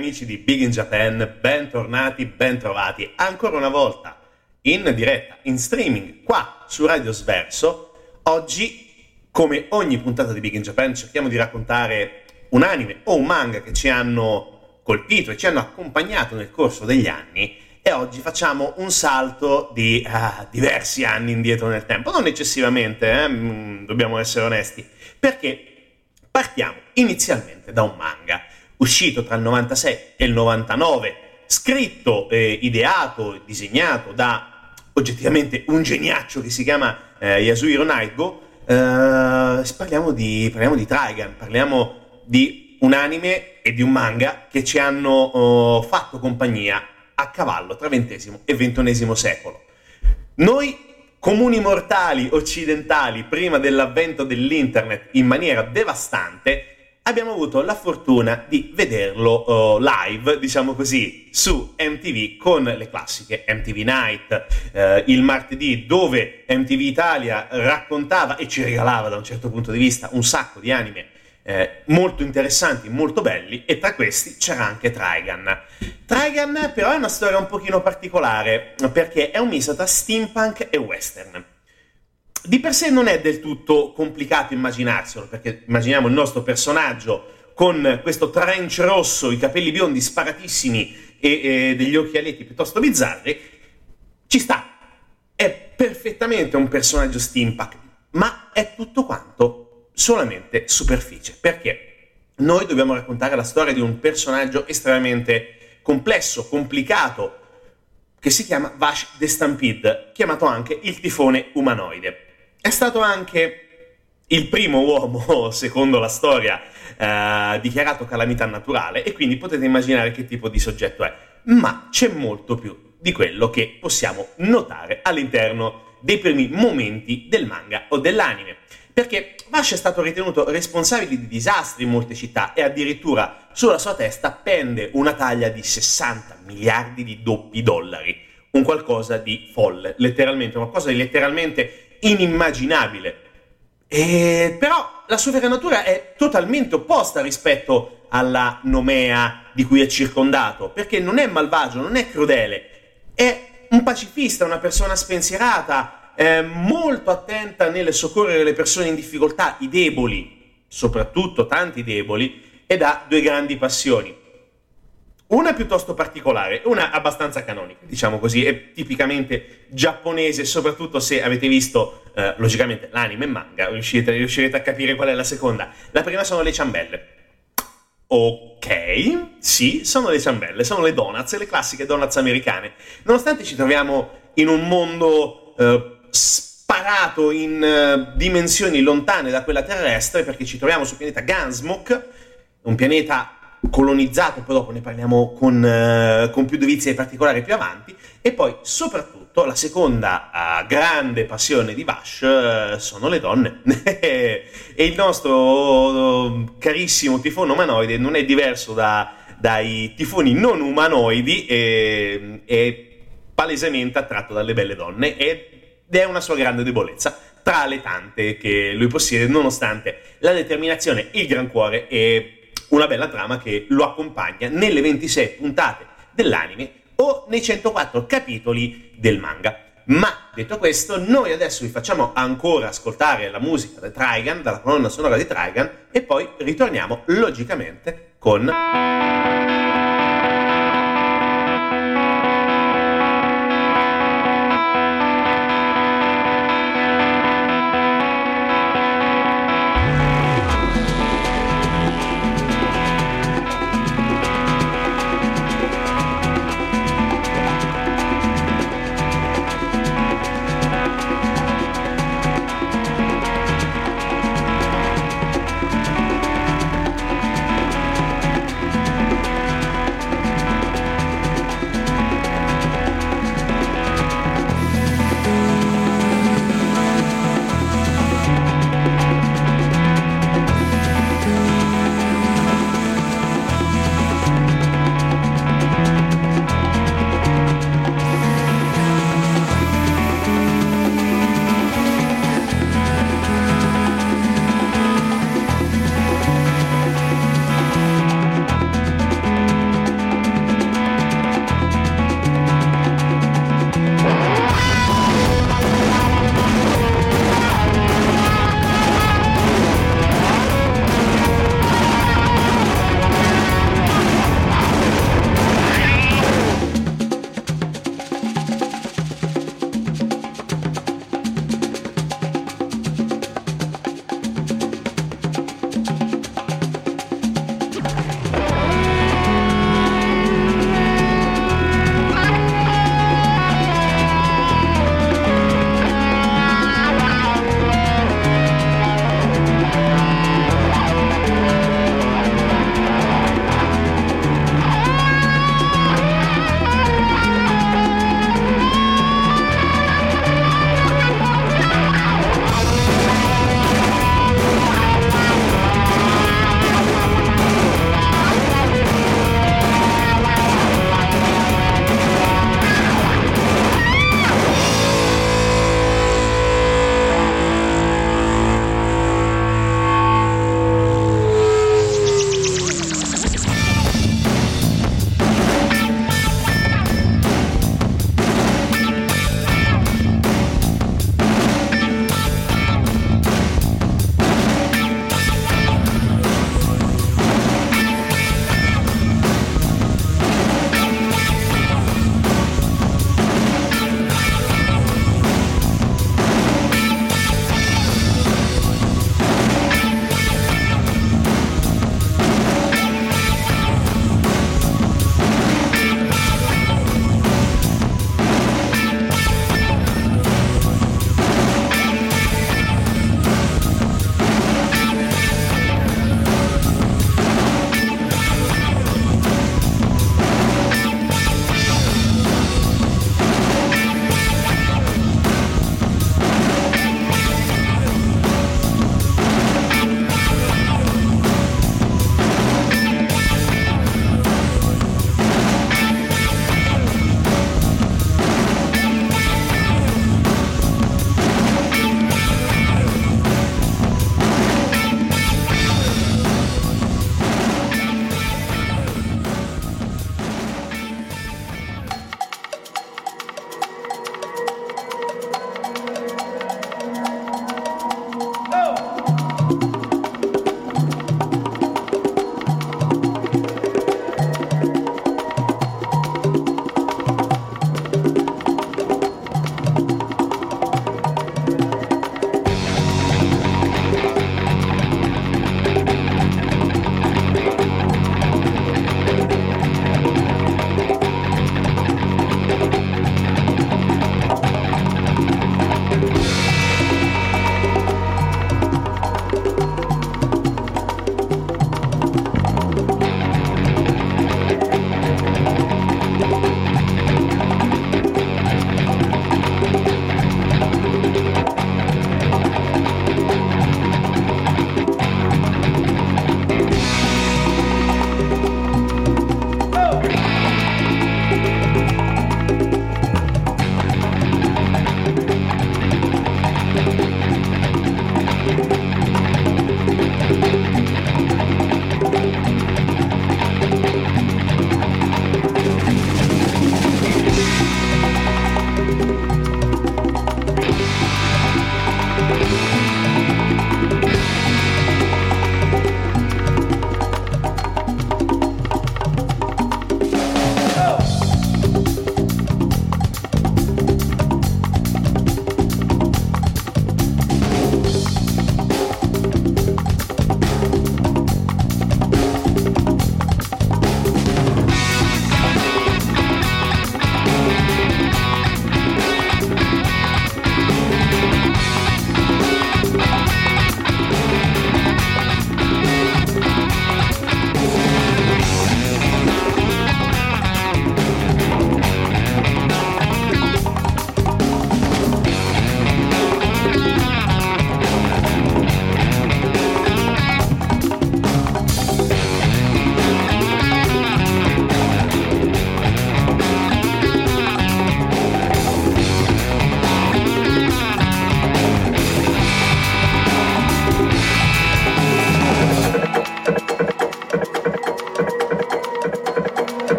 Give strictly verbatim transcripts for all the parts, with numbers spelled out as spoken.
amici di Big in Japan, bentornati, bentrovati ancora una volta in diretta, in streaming, qua su Radio Sverso. Oggi, come ogni puntata di Big in Japan, cerchiamo di raccontare un anime o un manga che ci hanno colpito e ci hanno accompagnato nel corso degli anni, e oggi facciamo un salto di ah, diversi anni indietro nel tempo, non eccessivamente, eh? mm, dobbiamo essere onesti, perché partiamo inizialmente da un manga uscito tra il novantasei e il novantanove, scritto, eh, ideato e disegnato da oggettivamente un geniaccio che si chiama eh, Yasuhiro Naigo. Eh, parliamo di, parliamo di Trigun, parliamo di un anime e di un manga che ci hanno oh, fatto compagnia a cavallo tra ventesimo e ventunesimo secolo. Noi comuni mortali occidentali, prima dell'avvento dell'internet in maniera devastante, abbiamo avuto la fortuna di vederlo uh, live, diciamo così, su M T V con le classiche M T V Night, uh, il martedì, dove M T V Italia raccontava e ci regalava da un certo punto di vista un sacco di anime eh, molto interessanti, molto belli, e tra questi c'era anche Trigun. Trigun però è una storia un pochino particolare, perché è un misto tra steampunk e western. Di per sé non è del tutto complicato immaginarselo, perché immaginiamo il nostro personaggio con questo trench rosso, i capelli biondi sparatissimi e, e degli occhialetti piuttosto bizzarri. Ci sta, è perfettamente un personaggio steampunk, ma è tutto quanto solamente superficie, perché noi dobbiamo raccontare la storia di un personaggio estremamente complesso, complicato, che si chiama Vash the Stampede, chiamato anche il tifone umanoide. È stato anche il primo uomo, secondo la storia, eh, dichiarato calamità naturale, e quindi potete immaginare che tipo di soggetto è. Ma c'è molto più di quello che possiamo notare all'interno dei primi momenti del manga o dell'anime, perché Vash è stato ritenuto responsabile di disastri in molte città, e addirittura sulla sua testa pende una taglia di sessanta miliardi di doppi dollari, un qualcosa di folle, letteralmente, qualcosa di letteralmente inimmaginabile. E però la sua vera natura è totalmente opposta rispetto alla nomea di cui è circondato, perché non è malvagio, non è crudele, è un pacifista, una persona spensierata, eh, molto attenta nel soccorrere le persone in difficoltà, i deboli, soprattutto tanti deboli, ed ha due grandi passioni. Una piuttosto particolare, una abbastanza canonica, diciamo così, è tipicamente giapponese, soprattutto se avete visto, eh, logicamente, l'anime e manga, riuscirete, riuscirete a capire qual è la seconda. La prima sono le ciambelle. Ok, sì, sono le ciambelle, sono le donuts, le classiche donuts americane. Nonostante ci troviamo in un mondo eh, sparato in eh, dimensioni lontane da quella terrestre, perché ci troviamo sul pianeta Gunsmoke, un pianeta colonizzato, poi dopo ne parliamo con, uh, con più dovizie particolari più avanti. E poi soprattutto la seconda uh, grande passione di Vash uh, sono le donne e il nostro uh, carissimo tifone umanoide non è diverso da, dai tifoni non umanoidi, e è palesemente attratto dalle belle donne, ed è una sua grande debolezza tra le tante che lui possiede, nonostante la determinazione, il gran cuore e una bella trama che lo accompagna nelle ventisei puntate dell'anime o nei centoquattro capitoli del manga. Ma detto questo, noi adesso vi facciamo ancora ascoltare la musica di Trigun, dalla colonna sonora di Trigun, e poi ritorniamo logicamente con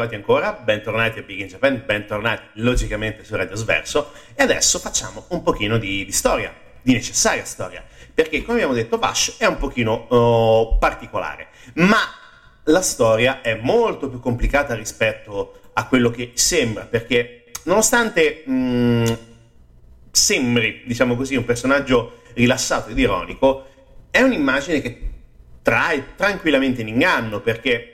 bentornati ancora, bentornati a Big in Japan, bentornati logicamente su Radio Sverso, e adesso facciamo un pochino di, di storia, di necessaria storia, perché come abbiamo detto Vash è un pochino uh, particolare, ma la storia è molto più complicata rispetto a quello che sembra, perché nonostante mh, sembri, diciamo così, un personaggio rilassato ed ironico, è un'immagine che trae tranquillamente in inganno, perché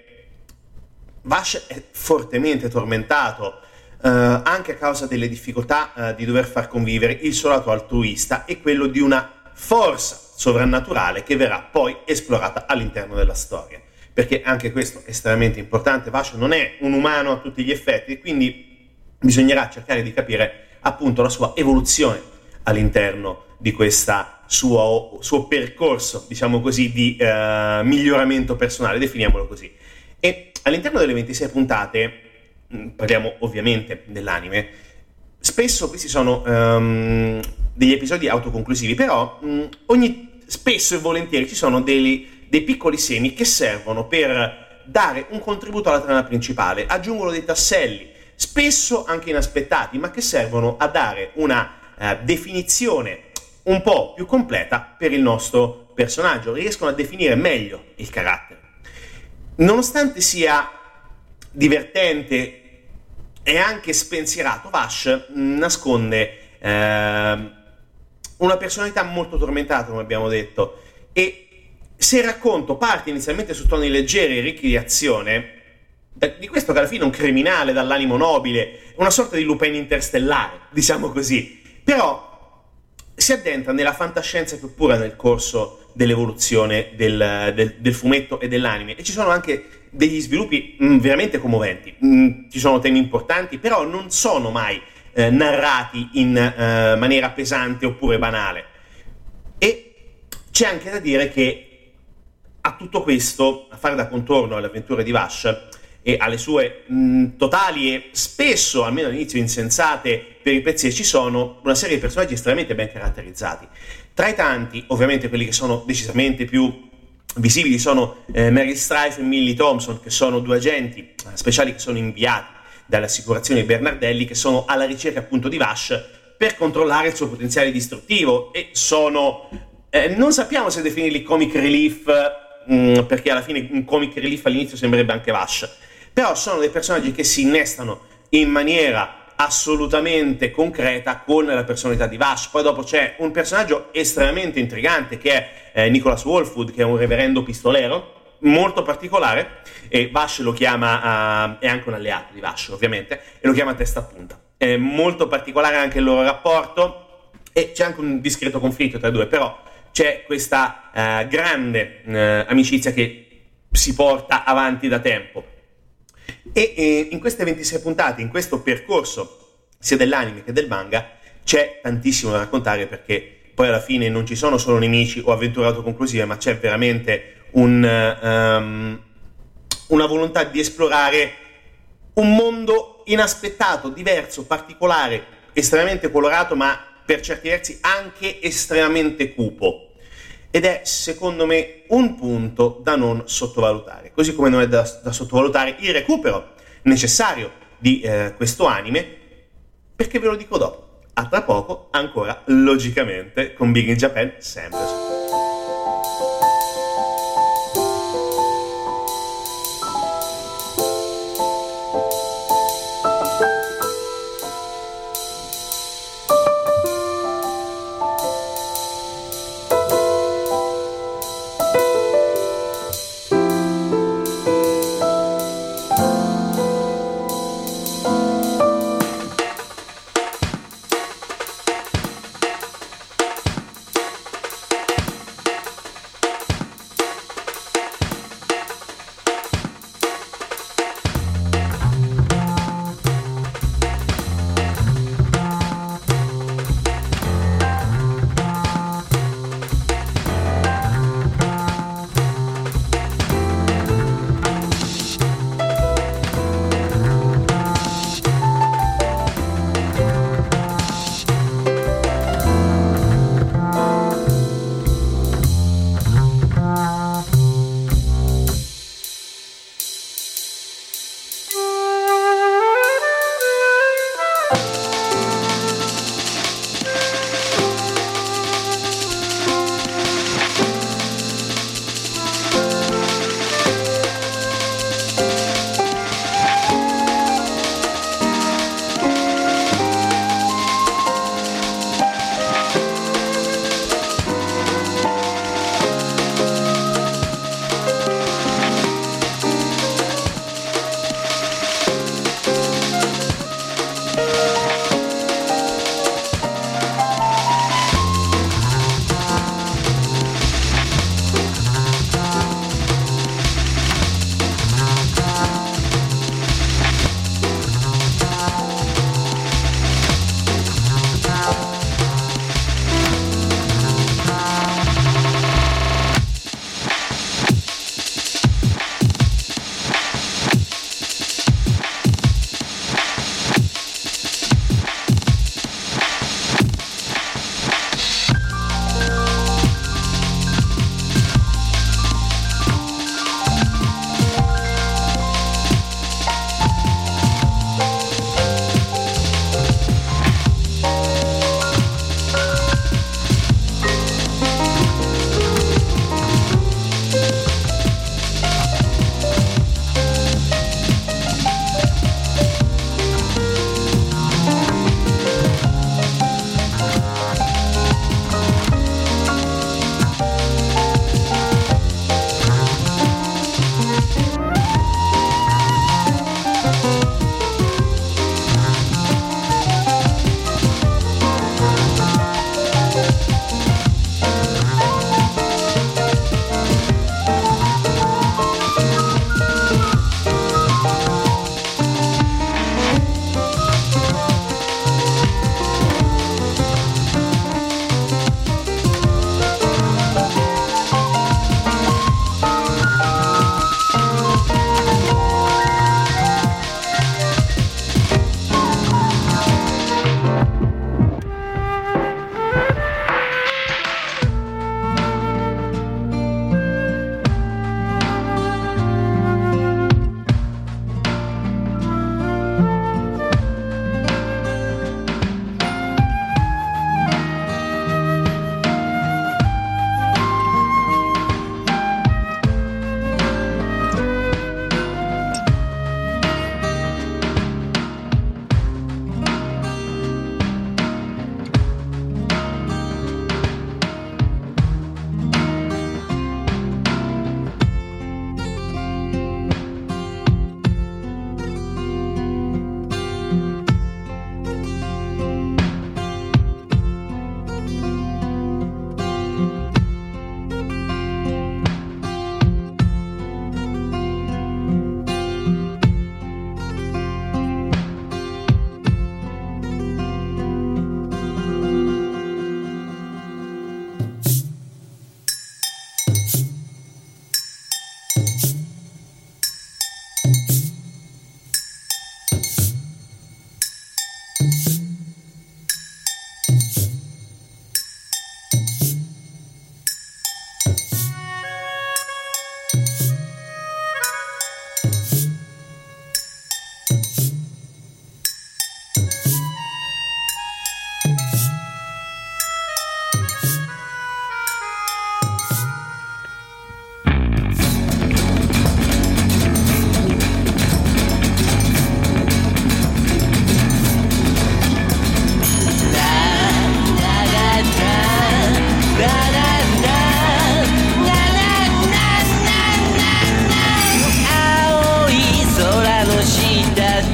Vash è fortemente tormentato eh, anche a causa delle difficoltà eh, di dover far convivere il suo lato altruista e quello di una forza sovrannaturale che verrà poi esplorata all'interno della storia, perché anche questo è estremamente importante. Vash non è un umano a tutti gli effetti, quindi bisognerà cercare di capire appunto la sua evoluzione all'interno di questo suo, suo percorso, diciamo così, di eh, miglioramento personale, definiamolo così. E all'interno delle ventisei puntate, parliamo ovviamente dell'anime, spesso questi sono um, degli episodi autoconclusivi, però um, ogni, spesso e volentieri ci sono dei, dei piccoli semi che servono per dare un contributo alla trama principale, aggiungono dei tasselli, spesso anche inaspettati, ma che servono a dare una uh, definizione un po' più completa per il nostro personaggio, riescono a definire meglio il carattere. Nonostante sia divertente e anche spensierato, Vash nasconde eh, una personalità molto tormentata, come abbiamo detto, e se il racconto parte inizialmente su toni leggeri e ricchi di azione, di questo che alla fine è un criminale dall'animo nobile, una sorta di Lupin interstellare, diciamo così, però si addentra nella fantascienza più pura nel corso dell'evoluzione del, del, del fumetto e dell'anime, e ci sono anche degli sviluppi mh, veramente commoventi. Mh, ci sono temi importanti, però non sono mai eh, narrati in eh, maniera pesante oppure banale. E c'è anche da dire che a tutto questo, a fare da contorno alle avventure di Vash e alle sue mh, totali e spesso, almeno all'inizio, insensate peripezie, ci sono una serie di personaggi estremamente ben caratterizzati. Tra i tanti, ovviamente quelli che sono decisamente più visibili sono eh, Meryl Streep e Millie Thompson, che sono due agenti speciali che sono inviati dalle assicurazioni Bernardelli, che sono alla ricerca appunto di Vash per controllare il suo potenziale distruttivo, e sono eh, non sappiamo se definirli comic relief, mh, perché alla fine un comic relief all'inizio sembrerebbe anche Vash, però sono dei personaggi che si innestano in maniera assolutamente concreta con la personalità di Vash. Poi dopo c'è un personaggio estremamente intrigante che è eh, Nicholas Wolfwood, che è un reverendo pistolero molto particolare, e Vash lo chiama, uh, è anche un alleato di Vash ovviamente, e lo chiama testa a punta. È molto particolare anche il loro rapporto, e c'è anche un discreto conflitto tra i due, però c'è questa uh, grande uh, amicizia che si porta avanti da tempo. E eh, in queste ventisei puntate, in questo percorso sia dell'anime che del manga, c'è tantissimo da raccontare, perché poi alla fine non ci sono solo nemici o avventure autoconclusive, ma c'è veramente un, um, una volontà di esplorare un mondo inaspettato, diverso, particolare, estremamente colorato, ma per certi versi anche estremamente cupo. Ed è, secondo me, un punto da non sottovalutare, così come non è da, da sottovalutare il recupero necessario di eh, questo anime, perché ve lo dico dopo. A tra poco, ancora, logicamente, con Big in Japan, sempre su.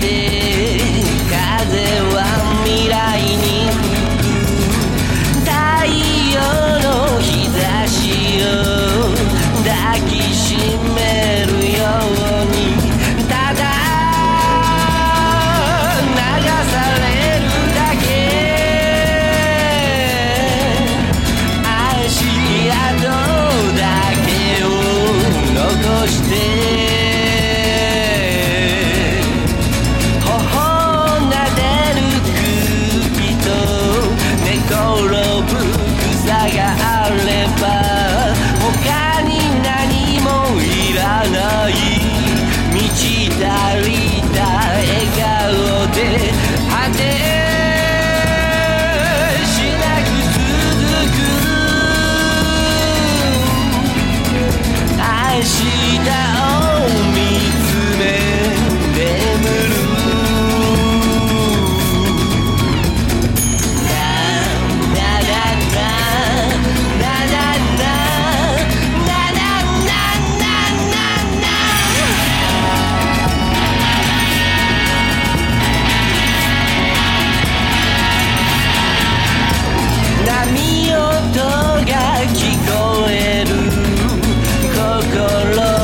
て風は未来に吹く太陽の日差しを抱きしめるようにただ流されるだけ足跡だけを残して転ぶ草があれば他に何もいらない満ち足りた笑顔で果てしなく続く明日を見つめ眠る波音が聞こえる心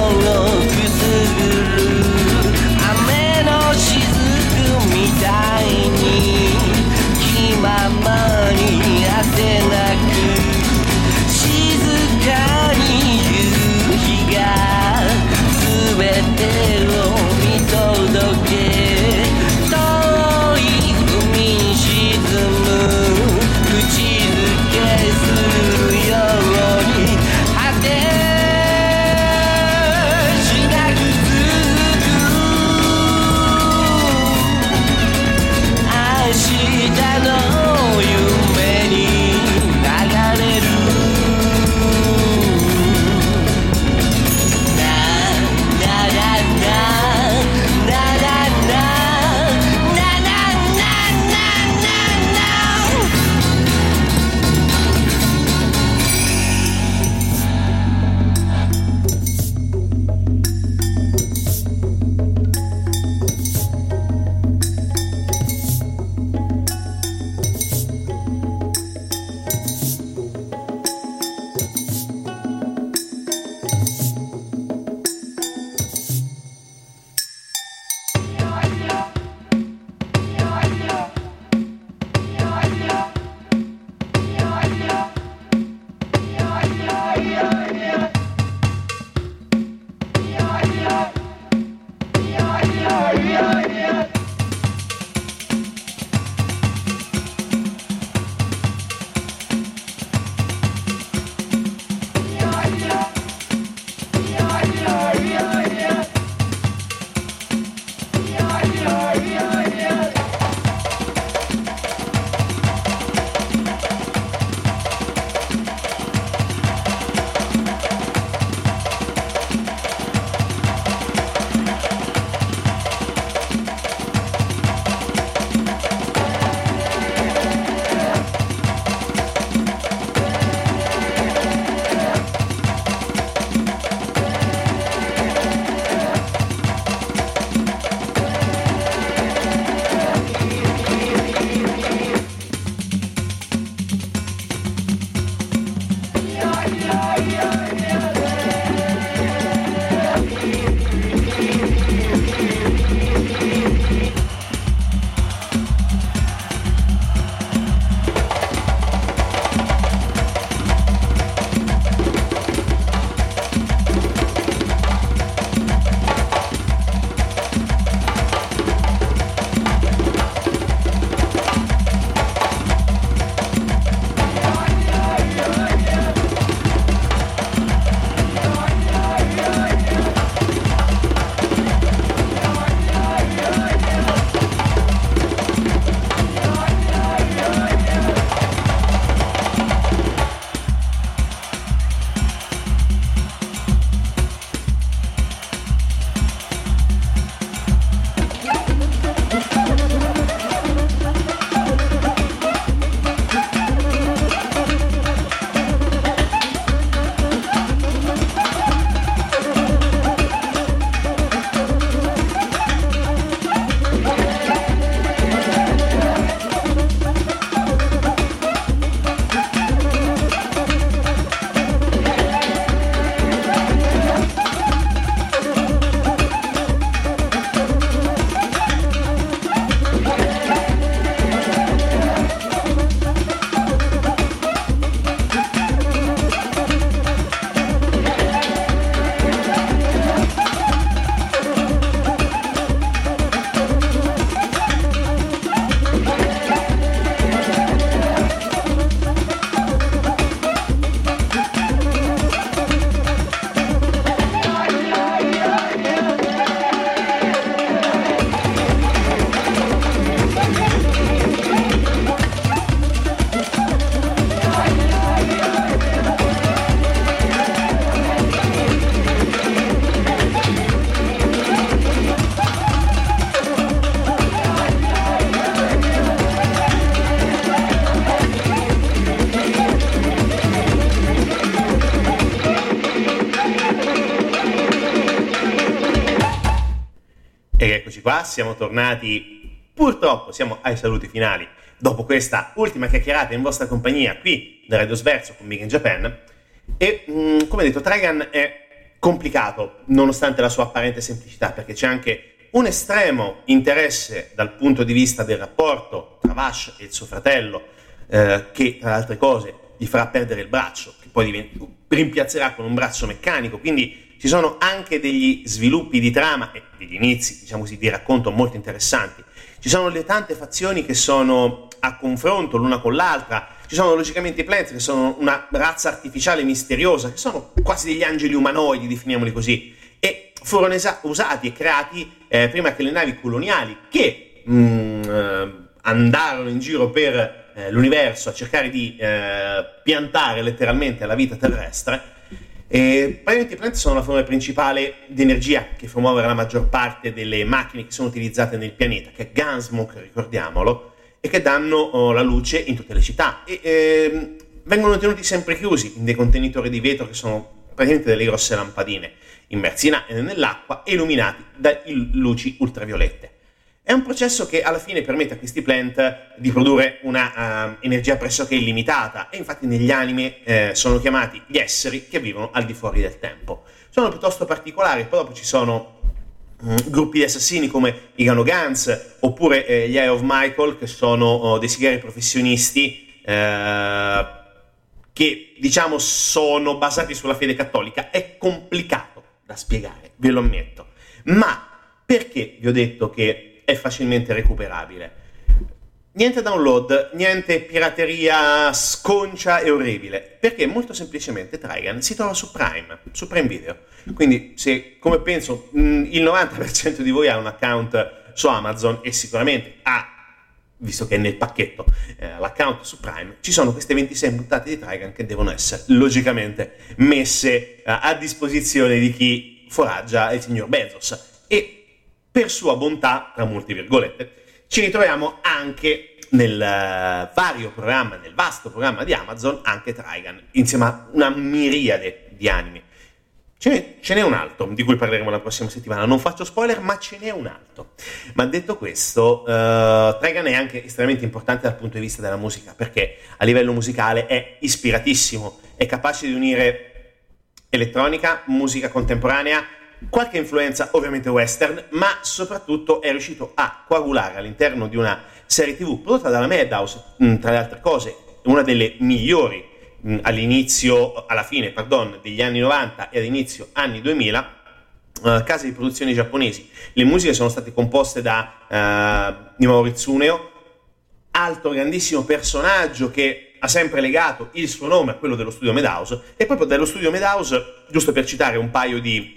E eccoci qua, siamo tornati, purtroppo siamo ai saluti finali, dopo questa ultima chiacchierata in vostra compagnia qui da Radio Sverso con Big in Japan. E mh, come detto, Trigun è complicato nonostante la sua apparente semplicità, perché c'è anche un estremo interesse dal punto di vista del rapporto tra Vash e il suo fratello, eh, che tra le altre cose gli farà perdere il braccio, che poi divent- rimpiazzerà con un braccio meccanico, quindi ci sono anche degli sviluppi di trama e degli inizi, diciamo così, di racconto molto interessanti. Ci sono le tante fazioni che sono a confronto l'una con l'altra, ci sono logicamente i Plants che sono una razza artificiale misteriosa, che sono quasi degli angeli umanoidi, definiamoli così, e furono esa- usati e creati eh, prima che le navi coloniali che mh, eh, andarono in giro per eh, l'universo a cercare di eh, piantare letteralmente la vita terrestre. E praticamente i Plant sono la forma principale di energia che fa muovere la maggior parte delle macchine che sono utilizzate nel pianeta, che è Gunsmoke, ricordiamolo, e che danno oh, la luce in tutte le città e eh, vengono tenuti sempre chiusi in dei contenitori di vetro che sono praticamente delle grosse lampadine immersi in, nell'acqua e illuminati da luci ultraviolette. È un processo che alla fine permette a questi Plant di produrre una uh, energia pressoché illimitata, e infatti negli anime eh, sono chiamati gli esseri che vivono al di fuori del tempo. Sono piuttosto particolari, poi dopo ci sono um, gruppi di assassini come i Ganogans oppure eh, gli Eye of Michael, che sono oh, dei sigari professionisti eh, che diciamo sono basati sulla fede cattolica. È complicato da spiegare, ve lo ammetto, ma perché vi ho detto che è facilmente recuperabile? Niente download, niente pirateria sconcia e orribile, perché molto semplicemente Trigun si trova su Prime, su Prime Video. Quindi se, come penso, il novanta per cento di voi ha un account su Amazon e sicuramente ha, visto che è nel pacchetto, eh, l'account su Prime, ci sono queste ventisei puntate di Trigun che devono essere logicamente messe eh, a disposizione di chi foraggia il signor Bezos. E per sua bontà, tra molte virgolette, ci ritroviamo anche nel uh, vario programma, nel vasto programma di Amazon, anche Trigun, insieme a una miriade di anime. Ce n'è, ce n'è un altro, di cui parleremo la prossima settimana. Non faccio spoiler, ma ce n'è un altro. Ma detto questo, uh, Trigun è anche estremamente importante dal punto di vista della musica, perché a livello musicale è ispiratissimo, è capace di unire elettronica, musica contemporanea, qualche influenza ovviamente western, ma soprattutto è riuscito a coagulare all'interno di una serie tv prodotta dalla Madhouse, tra le altre cose una delle migliori all'inizio, alla fine, pardon, degli anni novanta e all'inizio anni duemila, uh, case di produzioni giapponesi. Le musiche sono state composte da uh, Nimao Tsuneo, altro grandissimo personaggio che ha sempre legato il suo nome a quello dello studio Madhouse, e proprio dello studio Madhouse, giusto per citare un paio di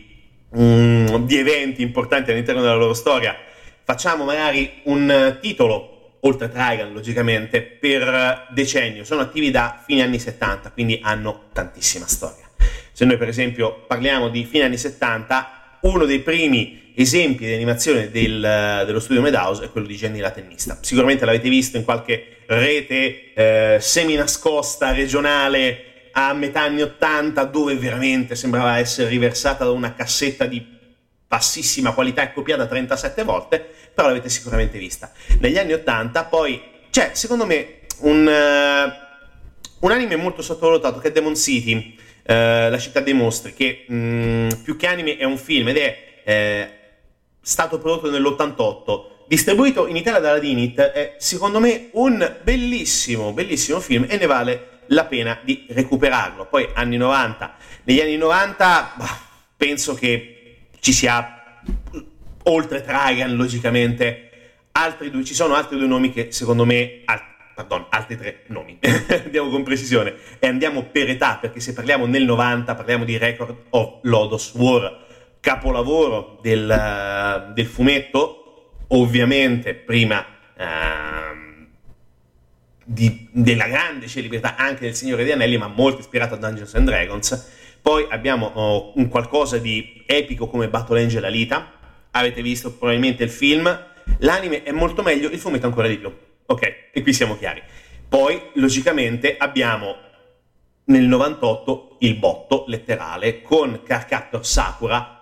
Mm, di eventi importanti all'interno della loro storia, facciamo magari un titolo, oltre a Trigun logicamente, per decennio. Sono attivi da fine anni settanta, quindi hanno tantissima storia. Se noi per esempio parliamo di fine anni settanta, uno dei primi esempi di animazione del, dello studio Madhouse è quello di Jenny la tennista. Sicuramente l'avete visto in qualche rete eh, semi nascosta regionale a metà anni ottanta, dove veramente sembrava essere riversata da una cassetta di bassissima qualità e copiata trentasette volte, però l'avete sicuramente vista. Negli anni ottanta poi c'è, secondo me, un, uh, un anime molto sottovalutato che è Demon City, uh, la città dei mostri, che mh, più che anime è un film ed è eh, stato prodotto nell'ottantotto, distribuito in Italia dalla Dinit. È secondo me un bellissimo, bellissimo film e ne vale la pena di recuperarlo. Poi anni novanta, negli anni novanta bah, penso che ci sia, oltre Trigun logicamente, altri due, ci sono altri due nomi che secondo me, al, pardon, altri tre nomi, andiamo con precisione e andiamo per età, perché se parliamo nel novanta parliamo di Record of Lodoss War, capolavoro del, del fumetto, ovviamente prima uh, Di, della grande celebrità anche del Signore degli Anelli, ma molto ispirato a Dungeons and Dragons. Poi abbiamo oh, un qualcosa di epico come Battle Angel Alita, avete visto probabilmente il film, l'anime è molto meglio, il fumetto ancora di più, ok, e qui siamo chiari. Poi logicamente abbiamo nel novantotto il botto letterale con Cardcaptor Sakura,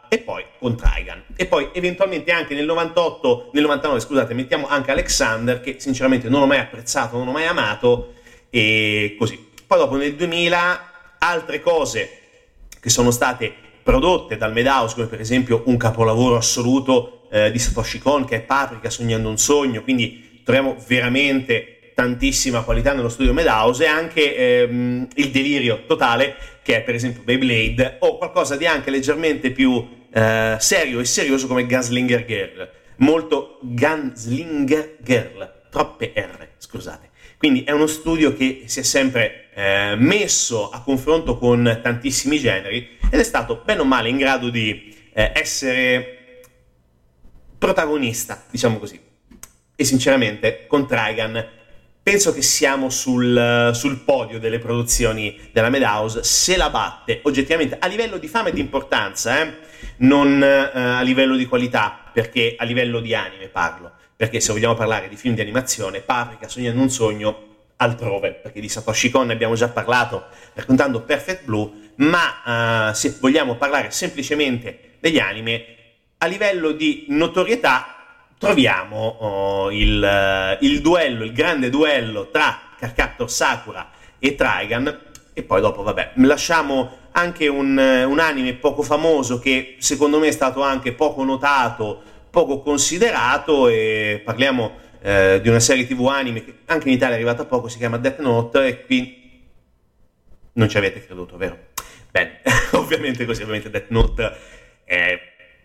e poi con Trigun. E poi eventualmente anche nel novantotto, nel novantanove, scusate, mettiamo anche Alexander, che sinceramente non ho mai apprezzato, non ho mai amato, e così. Poi dopo nel duemila altre cose che sono state prodotte dal Madhouse, come per esempio un capolavoro assoluto eh, di Satoshi Kon, che è Paprika sognando un sogno, quindi troviamo veramente tantissima qualità nello studio Madhouse, e anche ehm, il delirio totale, che è per esempio Beyblade, o qualcosa di anche leggermente più eh, serio e serioso come Gunslinger Girl, molto Gunslinger Girl, troppe R, scusate. Quindi è uno studio che si è sempre eh, messo a confronto con tantissimi generi, ed è stato bene o male in grado di eh, essere protagonista, diciamo così. E sinceramente con Trigun penso che siamo sul, sul podio delle produzioni della Madhouse, se la batte oggettivamente a livello di fama e di importanza, eh? non eh, a livello di qualità, perché a livello di anime parlo, perché se vogliamo parlare di film di animazione, Paprika sognando un sogno altrove, perché di Satoshi Kon ne abbiamo già parlato raccontando Perfect Blue, ma eh, se vogliamo parlare semplicemente degli anime, a livello di notorietà troviamo oh, il, il duello, il grande duello tra Cardcaptor Sakura e Trigun, e poi dopo vabbè lasciamo anche un, un anime poco famoso che secondo me è stato anche poco notato, poco considerato, e parliamo eh, di una serie tv anime che anche in Italia è arrivata poco, si chiama Death Note, e qui non ci avete creduto, vero? Bene, ovviamente così, ovviamente Death Note è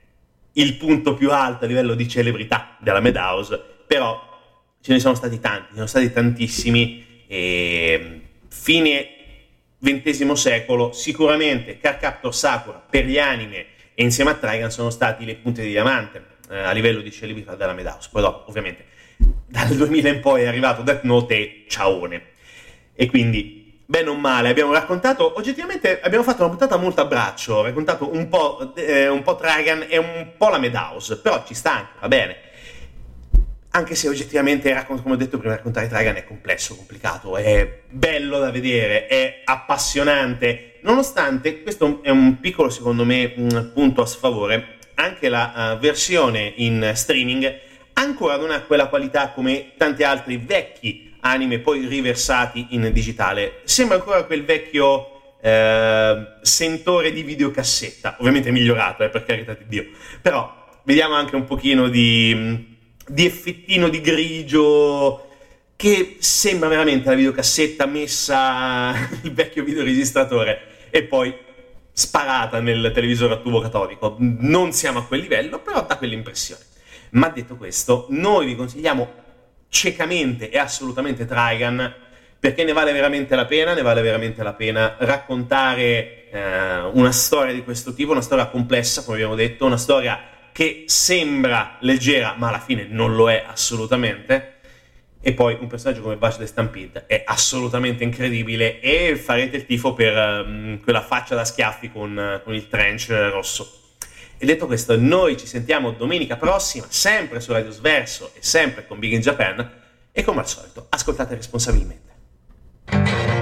il punto più alto a livello di celebrità della Madhouse, però ce ne sono stati tanti, ne sono stati tantissimi, e fine ventesimo secolo sicuramente Cardcaptor Sakura per gli anime e insieme a Trigun sono stati le punte di diamante eh, a livello di celebrità della Madhouse. Poi dopo ovviamente dal duemila in poi è arrivato Death Note e ciaone, e quindi bene o male abbiamo raccontato, oggettivamente abbiamo fatto una puntata molto a braccio, ho raccontato un po', eh, un po' Trigun e un po' la Madhouse, però ci sta anche, va bene, anche se oggettivamente, come ho detto prima, raccontare Trigun è complesso, complicato, è bello da vedere, è appassionante, nonostante questo è un piccolo, secondo me, un punto a sfavore, anche la uh, versione in streaming ancora non ha quella qualità come tanti altri vecchi anime poi riversati in digitale, sembra ancora quel vecchio eh, sentore di videocassetta, ovviamente migliorato, eh, per carità di Dio, però vediamo anche un pochino di, di effettino di grigio che sembra veramente la videocassetta messa il vecchio videoregistratore e poi sparata nel televisore a tubo catodico. Non siamo a quel livello, però dà quell'impressione. Ma detto questo, noi vi consigliamo ciecamente e assolutamente Trigun, perché ne vale veramente la pena, ne vale veramente la pena raccontare eh, una storia di questo tipo, una storia complessa, come abbiamo detto, una storia che sembra leggera, ma alla fine non lo è assolutamente, e poi un personaggio come Vash the Stampede è assolutamente incredibile, e farete il tifo per um, quella faccia da schiaffi con, con il trench rosso. E detto questo, noi ci sentiamo domenica prossima, sempre su Radio Sverso e sempre con Big in Japan, e come al solito, ascoltate responsabilmente.